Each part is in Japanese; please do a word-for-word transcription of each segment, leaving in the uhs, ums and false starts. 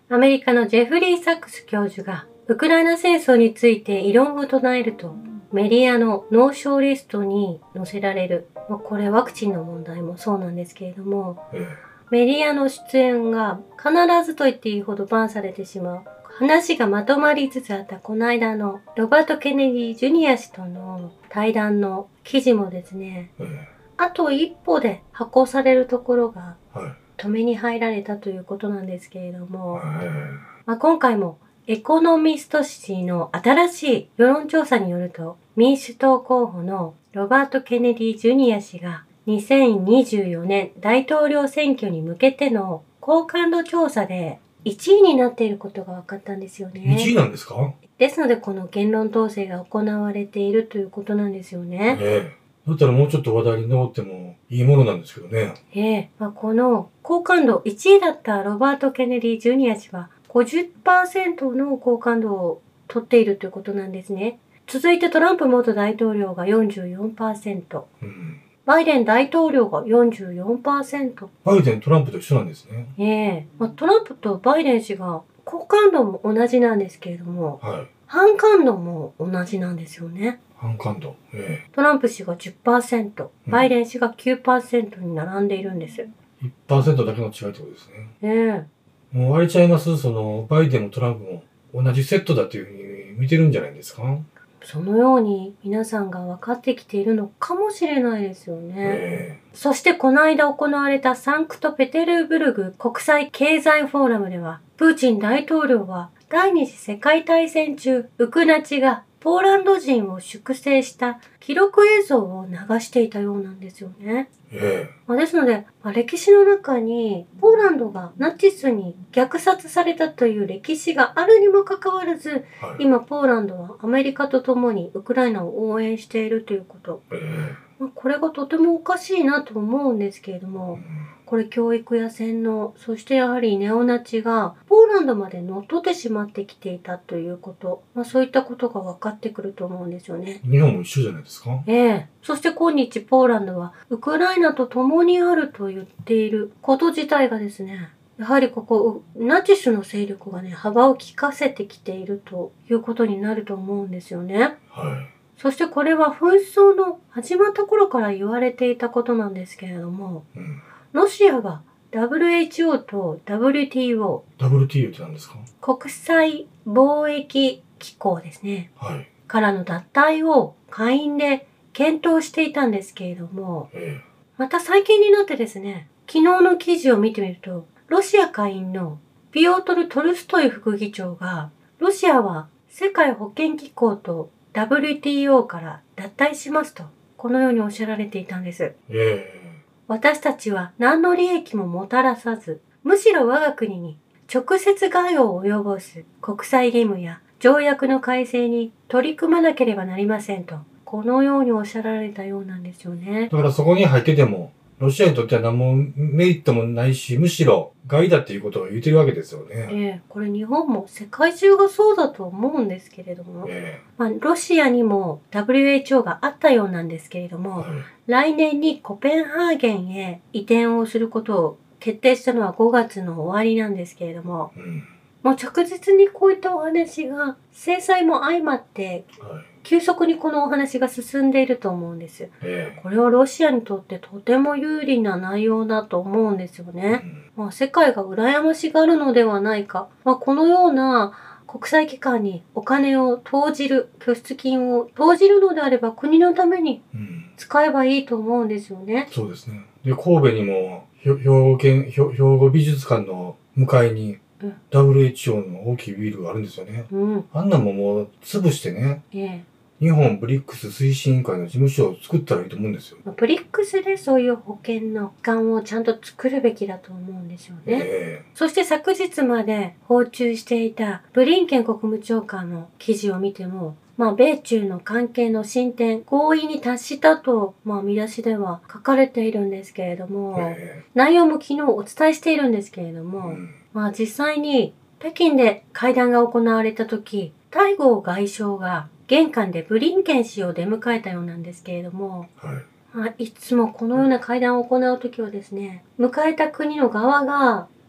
アメリカのジェフリー・サックス教授がウクライナ戦争について異論を唱えると、メディアのノーショーリストに載せられる。これワクチンの問題もそうなんですけれども、メディアの出演が必ずと言っていいほどバンされてしまう。話がまとまりつつあったこの間のロバート・ケネディ・ジュニア氏との対談の記事もですね、あと一歩で発行されるところが止めに入られたということなんですけれども、まあ、今回もエコノミスト誌の新しい世論調査によると、民主党候補のロバート・ケネディ・ジュニア氏がにせんにじゅうよねん大統領選挙に向けての好感度調査でいちいになっていることが分かったんですよね。 いちいなんですか？ ですので、この言論統制が行われているということなんですよね。 ええ。だったらもうちょっと話題に上ってもいいものなんですけどね。 ええ。まあ、この好感度いちいだったロバート・ケネディ・ジュニア氏は ごじゅっパーセント の好感度を取っているということなんですね。続いてトランプ元大統領が よんじゅうよんパーセント。うん、バイデン大統領が よんじゅうよんパーセント。 バイデン、トランプと一緒なんですね。 ええ。まあ、トランプとバイデン氏が好感度も同じなんですけれども、はい、反感度も同じなんですよね。 反感度、ええ、 トランプ氏が じゅっパーセント、バイデン氏が きゅうパーセント に並んでいるんです。 いちパーセント だけの違いってことですね。 ええ。もう割れちゃいます。その、バイデンもトランプも同じセットだというふうに見てるんじゃないですか？ そのように皆さんが分かってきているのかもしれないですよね。えー、そしてこの間行われたサンクトペテルブルグ国際経済フォーラムでは、プーチン大統領は第二次世界大戦中、ウクナチがポーランド人を粛清した記録映像を流していたようなんですよね。ええ。まあ、ですので、まあ、歴史の中にポーランドがナチスに虐殺されたという歴史があるにもかかわらず、はい、今ポーランドはアメリカと共にウクライナを応援しているということ。ええ。まあ、これがとてもおかしいなと思うんですけれども、これ教育や洗脳、そしてやはりネオナチがポーランドまで乗っ取ってしまってきていたということ、まあ、そういったことが分かってくると思うんですよね。 日本も一緒じゃないですか？ ええ。そして今日ポーランドはウクライナと共にあると言っていること自体がですね、やはりここ、ナチスの勢力がね、幅を利かせてきているということになると思うんですよね。はい。そしてこれは紛争の始まった頃から言われていたことなんですけれども、うん、ロシアが ダブリューエイチオー と ダブリューティーオー。 ダブリューティーオー って何ですか？ 国際貿易機構ですね。はい。からの脱退を会員で検討していたんですけれども、ええ、また最近になってですね、昨日の記事を見てみると、ロシア下院のピオートル・トルストイ副議長が、ロシアは世界保健機構と ダブリューティーオー から脱退しますと、このようにおっしゃられていたんです。ええ、私たちは何の利益ももたらさず、むしろ我が国に直接害を及ぼす国際義務や条約の改正に取り組まなければなりませんと、このようにおっしゃられたようなんですよね。 だからそこに入ってても、ロシアにとっては何もメリットもないし、むしろ害だっていうことを言ってるわけですよね。 ええ、これ日本も世界中がそうだと思うんですけれども、ええ、まあ、ロシアにも ダブリューエイチオー があったようなんですけれども、はい、来年にコペンハーゲンへ移転をすることを決定したのはごがつの終わりなんですけれども、うん、もう着実にこういったお話が制裁も相まって、はい、急速にこのお話が進んでいると思うんです。ええ、これはロシアにとってとても有利な内容だと思うんですよね。うん、まあ、世界が羨ましがるのではないか。まあ、このような国際機関にお金を投じる、拠出金を投じるのであれば国のために使えばいいと思うんですよね。 うん、そうですね。で、神戸にも兵庫県、兵庫美術館の向かいにダブリューエイチオー の大きいビルがあるんですよね。うん、あんなももう潰してね、ええ、日本ブリックス推進委員会の事務所を作ったらいいと思うんですよ。 ブリックスでそういう保険の機関をちゃんと作るべきだと思うんですよね。ええ、そして昨日まで訪中していたブリンケン国務長官の記事を見ても、まあ、米中の関係の進展、合意に達したと、まあ、見出しでは書かれているんですけれども、ええ、内容も昨日お伝えしているんですけれども、うん、まあ、実際に北京で会談が行われた時、泰剛外相が玄関でブリンケン氏を出迎えたようなんですけれども、はい、まあ、いつもこのような会談を行うときはですね、迎えた国の側が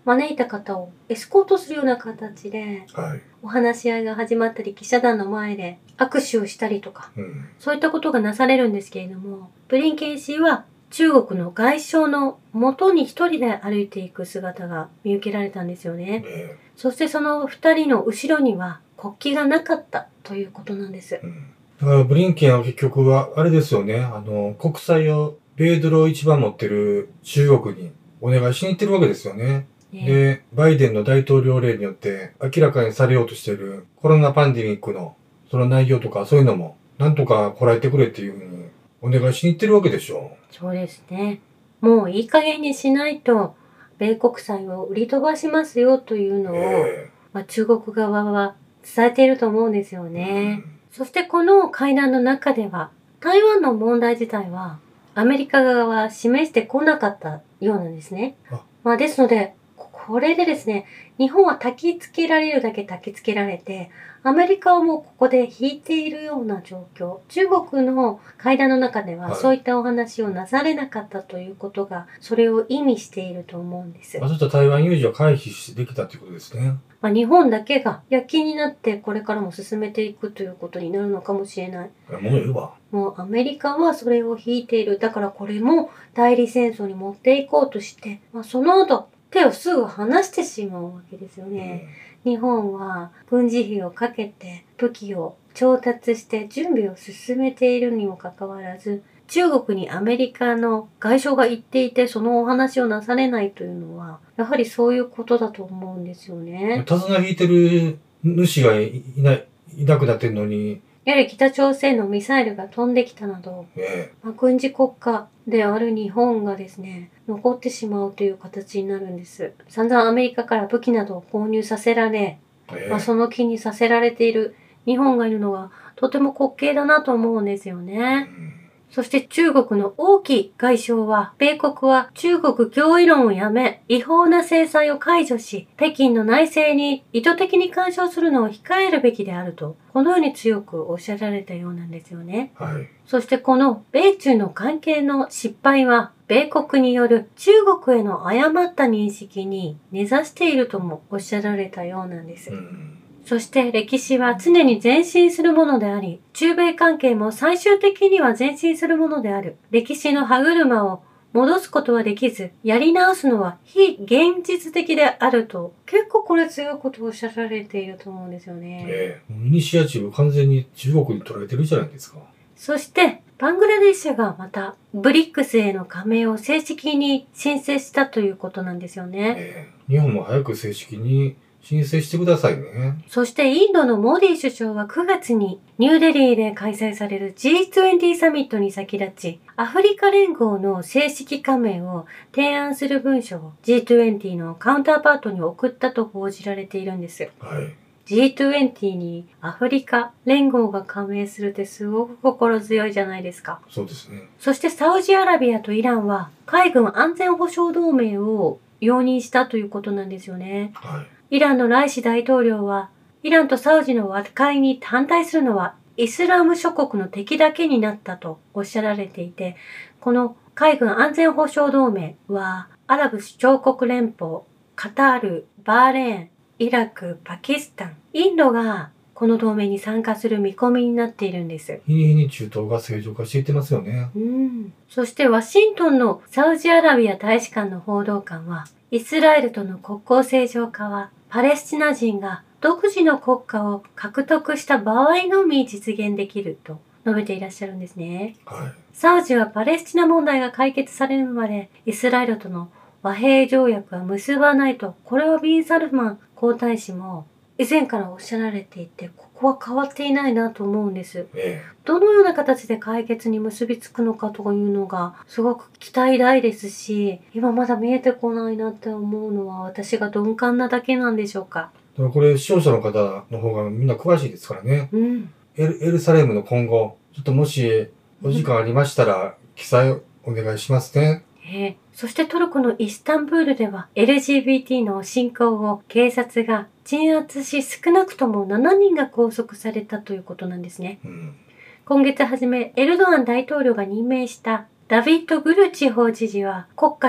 招いた方をエスコートするような形で、はい、お話し合いが始まったり、記者団の前で握手をしたりとか、うん、そういったことがなされるんですけれども、ブリンケン氏は中国の外相の元に一人で歩いていく姿が見受けられたんですよね。ね、そしてその二人の後ろには国旗がなかったということなんです。うん、 だからブリンケンは結局はあれですよね、あの、国債を米ドルを一番持ってる中国にお願いしに行ってるわけですよね。で、バイデンの大統領令によって明らかにされようとしているコロナパンデミックのその内容とかそういうのもなんとかこらえてくれっていうふうにお願いしに行ってるわけでしょ。 そうですね。もういい加減にしないと米国債を売り飛ばしますよというのを、えーまあ、中国側は伝えていると思うんですよね。うん、そしてこの会談の中では台湾の問題自体はアメリカ側は示してこなかったようなんですね。まあ、ですのでこれでですね、日本は焚きつけられるだけ焚きつけられて、アメリカはもうここで引いているような状況。中国の会談の中ではそういったお話をなされなかったということが、それを意味していると思うんです。 まあ、ちょっと台湾有事を回避できたということですね。 まあ、日本だけが躍起になってこれからも進めていくということになるのかもしれない。 もういいわ。 もうアメリカはそれを引いている。だからこれも代理戦争に持っていこうとして、まあ、その後、手をすぐ離してしまうわけですよね。うん、日本は軍事費をかけて武器を調達して準備を進めているにもかかわらず、中国にアメリカの外相が行っていてそのお話をなされないというのは、やはりそういうことだと思うんですよね。 手綱引いてる主がいない、いなくなってるのに、 やはり北朝鮮のミサイルが飛んできたなど、ええまあ、軍事国家である日本がですね、残ってしまうという形になるんです。散々アメリカから武器などを購入させられ、ええまあ、その気にさせられている日本がいるのはとても滑稽だなと思うんですよね。うんそして中国の王毅外相は、米国は中国脅威論をやめ、違法な制裁を解除し、北京の内政に意図的に干渉するのを控えるべきであると、このように強くおっしゃられたようなんですよね。はい、そしてこの米中の関係の失敗は、米国による中国への誤った認識に根ざしているともおっしゃられたようなんです。うんそして歴史は常に前進するものであり、中米関係も最終的には前進するものである。歴史の歯車を戻すことはできず、やり直すのは非現実的であると、結構これ強いことをおっしゃられていると思うんですよね。 ええ、イニシアチブ完全に中国に取られてるじゃないですか。 そして、バングラデシュがまた、ブリックスへの加盟を正式に申請したということなんですよね。 ええ、日本も早く正式に申請してくださいね。 そしてインドのモディ首相はくがつにニューデリーで開催される ジーにじゅう サミットに先立ち、アフリカ連合の正式加盟を提案する文書を ジーにじゅう のカウンターパートに送ったと報じられているんです。はい、ジーにじゅう にアフリカ連合が加盟するってすごく心強いじゃないですか。 そうですね。 そしてサウジアラビアとイランは海軍安全保障同盟を容認したということなんですよね。はいイランのライシ大統領は、イランとサウジの和解に反対するのはイスラム諸国の敵だけになったとおっしゃられていて、この海軍安全保障同盟は、アラブ首長国連邦、カタール、バーレーン、イラク、パキスタン、インドがこの同盟に参加する見込みになっているんです。 日に日に中東が正常化していってますよね。 うん。そしてワシントンのサウジアラビア大使館の報道官は、イスラエルとの国交正常化は、パレスチナ人が独自の国家を獲得した場合のみ実現できると述べていらっしゃるんですね。はい、サウジはパレスチナ問題が解決されるまでイスラエルとの和平条約は結ばないと、これはビン・サルマン皇太子も以前からおっしゃられていて、ここは変わっていないなと思うんです。ええ、どのような形で解決に結びつくのかというのがすごく期待大ですし、今まだ見えてこないなって思うのは私が鈍感なだけなんでしょうか。 でもこれ視聴者の方の方がみんな詳しいですからね。うん、エル、エルサレムの今後、ちょっともしお時間ありましたら記載お願いしますね。 えー、そしてトルコのイスタンブールでは エルジービーティー の信仰を警察が鎮圧し少なくともしちにんが拘束されたということなんですね。うん、今月初めエルドアン大統領が任命したダビッド・グル地方知事は国家と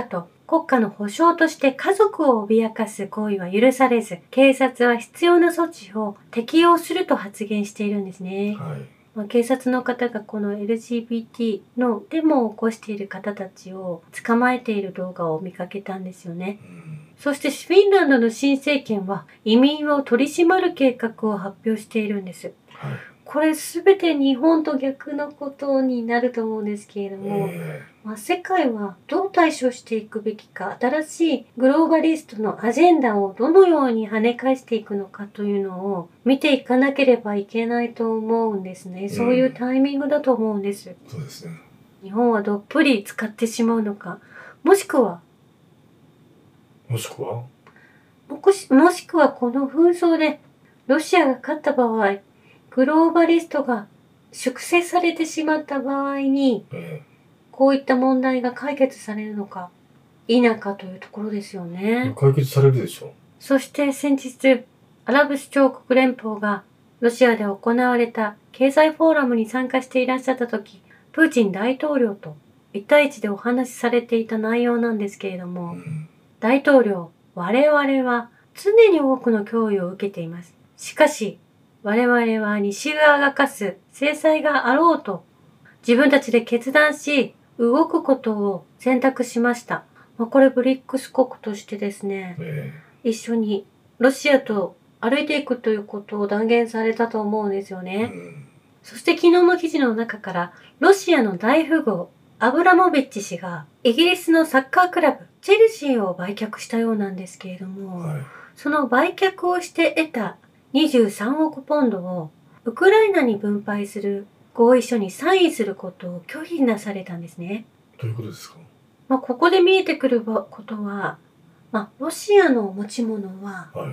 国家の保障として家族を脅かす行為は許されず、警察は必要な措置を適用すると発言しているんですね。 はい。 まあ、警察の方がこの エルジービーティー のデモを起こしている方たちを捕まえている動画を見かけたんですよね。うん、そしてフィンランドの新政権は移民を取り締まる計画を発表しているんです。はい、これ全て日本と逆のことになると思うんですけれども、えーまあ、世界はどう対処していくべきか、新しいグローバリストのアジェンダをどのように跳ね返していくのかというのを見ていかなければいけないと思うんですね。そういうタイミングだと思うんです。 うん、そうですね。 日本はどっぷり使ってしまうのか、もしくはもしくはもし、もしくはこの紛争でロシアが勝った場合、グローバリストが粛清されてしまった場合に、ええ、こういった問題が解決されるのか否かというところですよね。 解決されるでしょう。 そして先日、アラブ首長国連邦がロシアで行われた経済フォーラムに参加していらっしゃった時、プーチン大統領と一対一でお話しされていた内容なんですけれども、うん、大統領、我々は常に多くの脅威を受けています。しかし、我々は西側が科す制裁があろうと、自分たちで決断し、動くことを選択しました。まあ、これブリックス国としてですね、えー、一緒にロシアと歩いていくということを断言されたと思うんですよね。うん、そして昨日の記事の中から、ロシアの大富豪、アブラモビッチ氏がイギリスのサッカークラブ、チェルシーを売却したようなんですけれども、はい、その売却をして得たにじゅうさんおくポンドをウクライナに分配する合意書にサインすることを拒否なされたんですね。 どういうことですか？ まあ、ここで見えてくることは、まあ、ロシアの持ち物は、はい、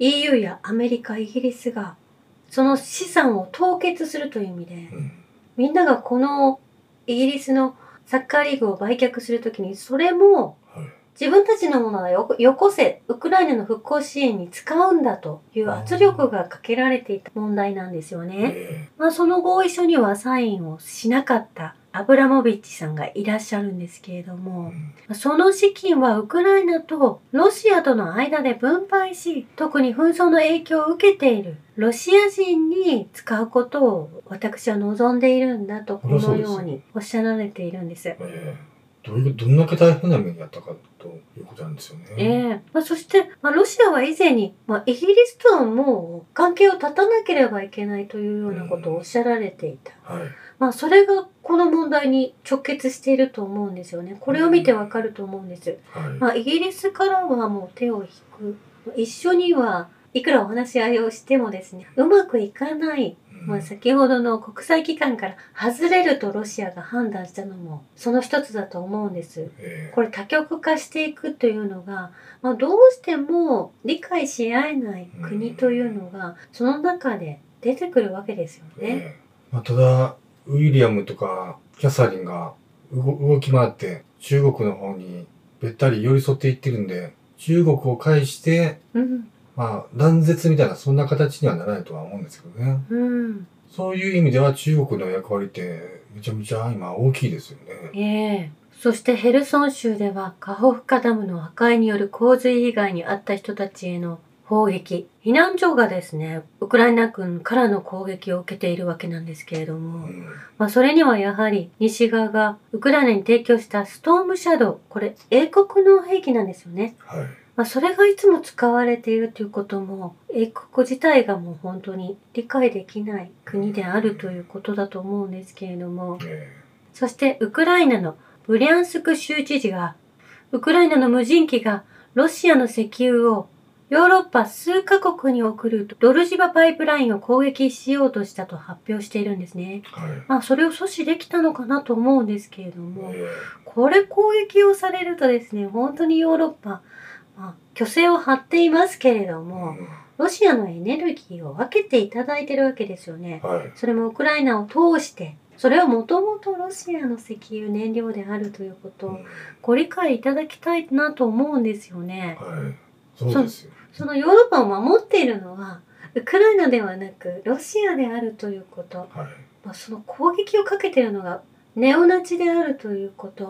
イーユー やアメリカ、イギリスがその資産を凍結するという意味で、うん、みんながこのイギリスのサッカーリーグを売却するときに、それも自分たちのものはよ、よこせ、ウクライナの復興支援に使うんだという圧力がかけられていた問題なんですよね。まあ、その合意書にはサインをしなかったアブラモビッチさんがいらっしゃるんですけれども、その資金はウクライナとロシアとの間で分配し、特に紛争の影響を受けているロシア人に使うことを私は望んでいるんだと、このようにおっしゃられているんです。 どういう、どんだけ大変な目にあったかということなんですよね。 ええーまあ、そして、まあ、ロシアは以前に、まあ、イギリスとはもう関係を断たなければいけないというようなことをおっしゃられていた。はい、まあ、それがこの問題に直結していると思うんですよね。これを見てわかると思うんです。はい、まあ、イギリスからはもう手を引く。一緒にはいくらお話し合いをしてもですね、うまくいかない。まあ、先ほどの国際機関から外れるとロシアが判断したのもその一つだと思うんです。これ多極化していくというのが、まあ、どうしても理解し合えない国というのがその中で出てくるわけですよね。 まあ、ただウィリアムとかキャサリンが動き回って中国の方にべったり寄り添っていってるんで、中国を介して、うんまあ、断絶みたいな、そんな形にはならないとは思うんですけどね。うん。そういう意味では中国の役割ってめちゃめちゃ今大きいですよね。 ええー、そしてヘルソン州ではカホフカダムの破壊による洪水被害に遭った人たちへの砲撃。避難所がですね、ウクライナ軍からの攻撃を受けているわけなんですけれども、うん、まあそれにはやはり西側がウクライナに提供したストームシャドウ。これ英国の兵器なんですよね。はい。まあ、それがいつも使われているということも、英国自体がもう本当に理解できない国であるということだと思うんですけれども、そしてウクライナのブリャンスク州知事が、ウクライナの無人機がロシアの石油をヨーロッパ数カ国に送るドルジバパイプラインを攻撃しようとしたと発表しているんですね。はい、まあそれを阻止できたのかなと思うんですけれども、これ攻撃をされるとですね、本当にヨーロッパ、まあ、虚勢を張っていますけれども、うん、ロシアのエネルギーを分けていただいているわけですよね。はい、それもウクライナを通して、それはもともとロシアの石油燃料であるということをご理解いただきたいなと思うんですよね。 はい、そうですよ。 そのヨーロッパを守っているのはウクライナではなくロシアであるということ、はいまあ、その攻撃をかけているのがネオナチであるということ、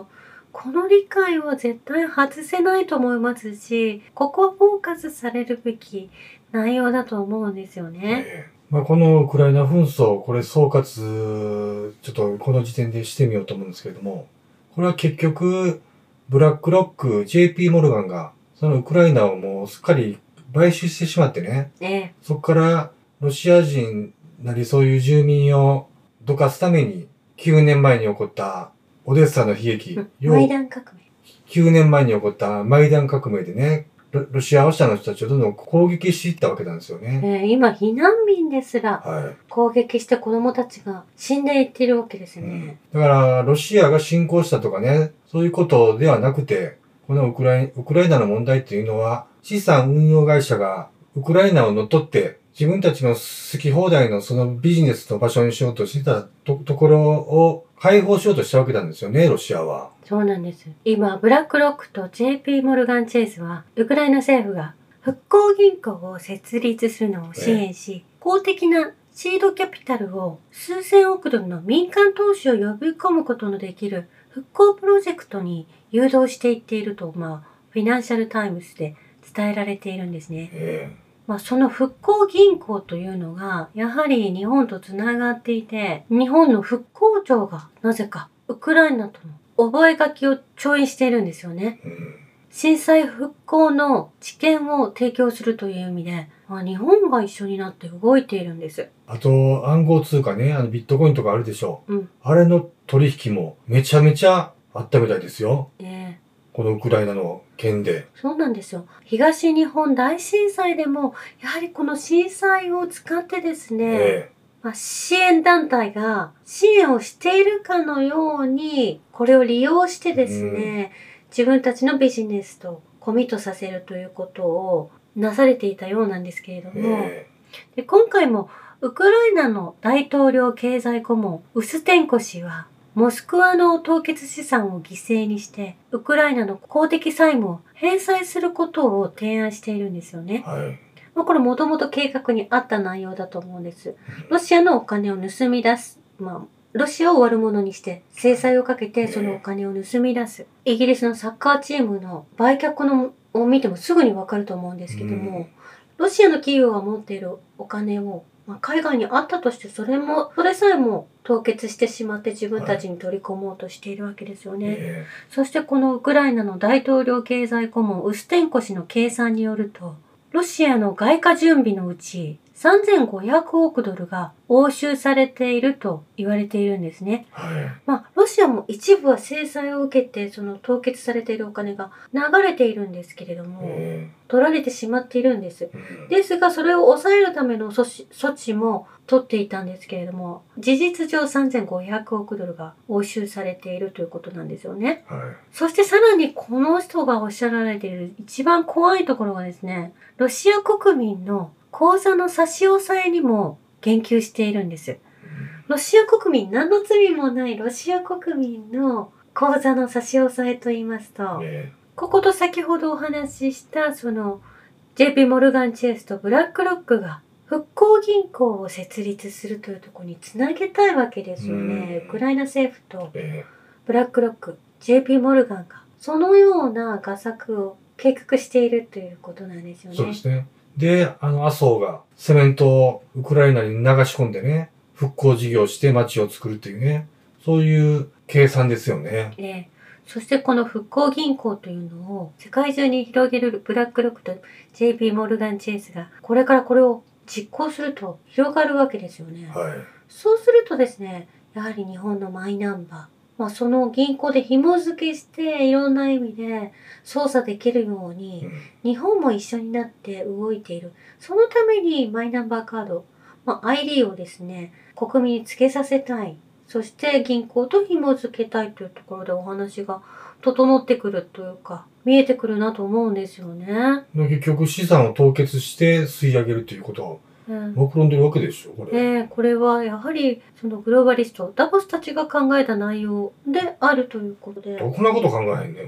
この理解は絶対外せないと思いますし、ここはフォーカスされるべき内容だと思うんですよね。 えー、まあ、このウクライナ紛争、これ総括、ちょっとこの時点でしてみようと思うんですけれども、これは結局、ブラックロック、ジェイピー モルガンが、そのウクライナをもうすっかり買収してしまってね、 ええ、 そこからロシア人なりそういう住民をどかすために、きゅうねんまえに起こったオデッサの悲劇、 マイダン革命。 きゅうねんまえに起こったマイダン革命でね、ロ, ロシア話者の人たちをどんどん攻撃していったわけなんですよね。 えー、今、避難民ですら攻撃して子供たちが死んでいっているわけですよね、 うん。だから、ロシアが侵攻したとかね、そういうことではなくて、このウクライウクライナの問題っていうのは、資産運用会社がウクライナを乗っ取って、自分たちの好き放題のそのビジネスの場所にしようとしてた と, ところを解放しようとしたわけなんですよね、ロシアは。 そうなんです。今、ブラックロックと ジェイピー モルガン・チェイスは、ウクライナ政府が復興銀行を設立するのを支援し、ね、公的なシードキャピタルを数千億ドルの民間投資を呼び込むことのできる復興プロジェクトに誘導していっていると、まあ、フィナンシャルタイムズで伝えられているんですね。 えーまあ、その復興銀行というのが、やはり日本とつながっていて、日本の復興庁がなぜかウクライナとの覚書を調印しているんですよね。 うん、 震災復興の知見を提供するという意味で、まあ、日本が一緒になって動いているんです。 あと、暗号通貨ね、あのビットコインとかあるでしょ。 うん、あれの取引もめちゃめちゃあったみたいですよ。 えーこのウクライナの件で。 そうなんですよ。東日本大震災でも、やはりこの震災を使ってですね、えーまあ、支援団体が支援をしているかのように、これを利用してですね、うん、自分たちのビジネスとコミットさせるということをなされていたようなんですけれども、えー、で今回もウクライナの大統領経済顧問、ウステンコ氏は、モスクワの凍結資産を犠牲にして、ウクライナの公的債務を返済することを提案しているんですよね。 はい。 まあ、これもともと計画にあった内容だと思うんです。ロシアのお金を盗み出す。まあ、ロシアを悪者にして制裁をかけてそのお金を盗み出す。イギリスのサッカーチームの売却のを見てもすぐにわかると思うんですけども、ロシアの企業が持っているお金をまあ、海外にあったとしてそれもそれさえも凍結してしまって自分たちに取り込もうとしているわけですよね、えー、そしてこのウクライナの大統領経済顧問ウステンコ氏の計算によると、ロシアの外貨準備のうちさんぜんごひゃくおくドルが押収されていると言われているんですね、はい、まあロシアも一部は制裁を受けてその凍結されているお金が流れているんですけれども、えー取られてしまっているんです。ですが、それを抑えるための措置、措置も取っていたんですけれども、事実上さんぜんごひゃくおくドルが押収されているということなんですよね。はい、そしてさらにこの人がおっしゃられている一番怖いところがですね、ロシア国民の口座の差し押さえにも言及しているんです。ロシア国民、何の罪もないロシア国民の口座の差し押さえと言いますと、ねここと先ほどお話ししたその ジェイピー モルガン・チェイスとブラックロックが復興銀行を設立するというところにつなげたいわけですよね。ウクライナ政府とブラックロック、ジェイピー モルガンがそのような画策を計画しているということなんですよね。 そうですね。で、あの麻生がセメントをウクライナに流し込んでね、復興事業して街を作るというね、そういう計算ですよね。 ええそしてこの復興銀行というのを世界中に広げるブラックロックと ジェイピー モルガン・チェイスがこれからこれを実行すると広がるわけですよね。はい、そうするとですね、やはり日本のマイナンバー、まあ、その銀行で紐付けしていろんな意味で操作できるように、うん、日本も一緒になって動いている。そのためにマイナンバーカード、まあ、アイディー をですね、国民につけさせたい。そして銀行と紐付けたいというところでお話が整ってくるというか、見えてくるなと思うんですよね。 結局資産を凍結して吸い上げるということを目論んでるわけでしょ、これ。 えー、これはやはりそのグローバリスト、ダボスたちが考えた内容であるということで。 どこんなこと考えへんねん。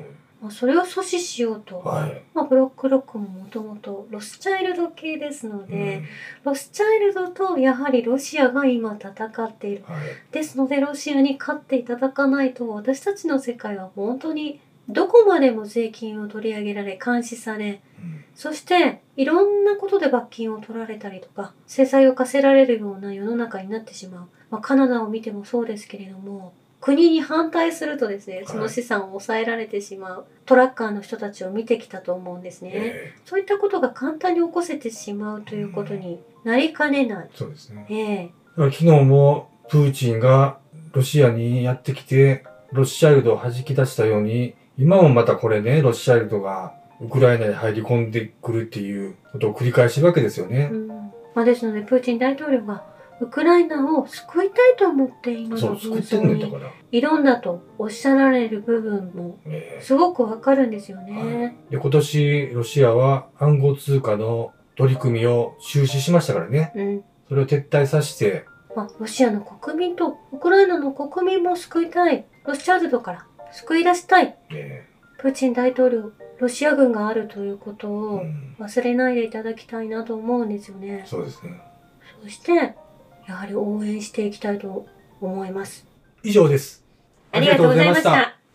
まあ、それを阻止しようと、はい、まあ、ブロックロックももともとロスチャイルド系ですので、うん、ロスチャイルドとやはりロシアが今戦っている、はい、ですのでロシアに勝っていただかないと私たちの世界は本当にどこまでも税金を取り上げられ監視され、うん、そしていろんなことで罰金を取られたりとか制裁を課せられるような世の中になってしまう、まあ、カナダを見てもそうですけれども、国に反対するとですね、その資産を抑えられてしまう、はい、トラッカーの人たちを見てきたと思うんですね、えー、そういったことが簡単に起こせてしまうということになりかねない。 そうですね、 えー、 昨日もプーチンがロシアにやってきてロシアルドを弾き出したように、今もまたこれね、ロシアルドがウクライナに入り込んでくるっていうことを繰り返してるわけですよね。 うん、まあ、ですのでプーチン大統領がウクライナを救いたいと思って今の紛争に挑んだとおっしゃられる部分もすごくわかるんですよね、 はい、で今年ロシアは暗号通貨の取り組みを中止しましたからね、うん、それを撤退させて、 まあ、ロシアの国民とウクライナの国民も救いたい、ロシアルドから救い出したい、えー、プーチン大統領ロシア軍があるということを忘れないでいただきたいなと思うんですよね、 うん、そうですね。 そしてやはり応援していきたいと思います。 以上です。 ありがとうございました。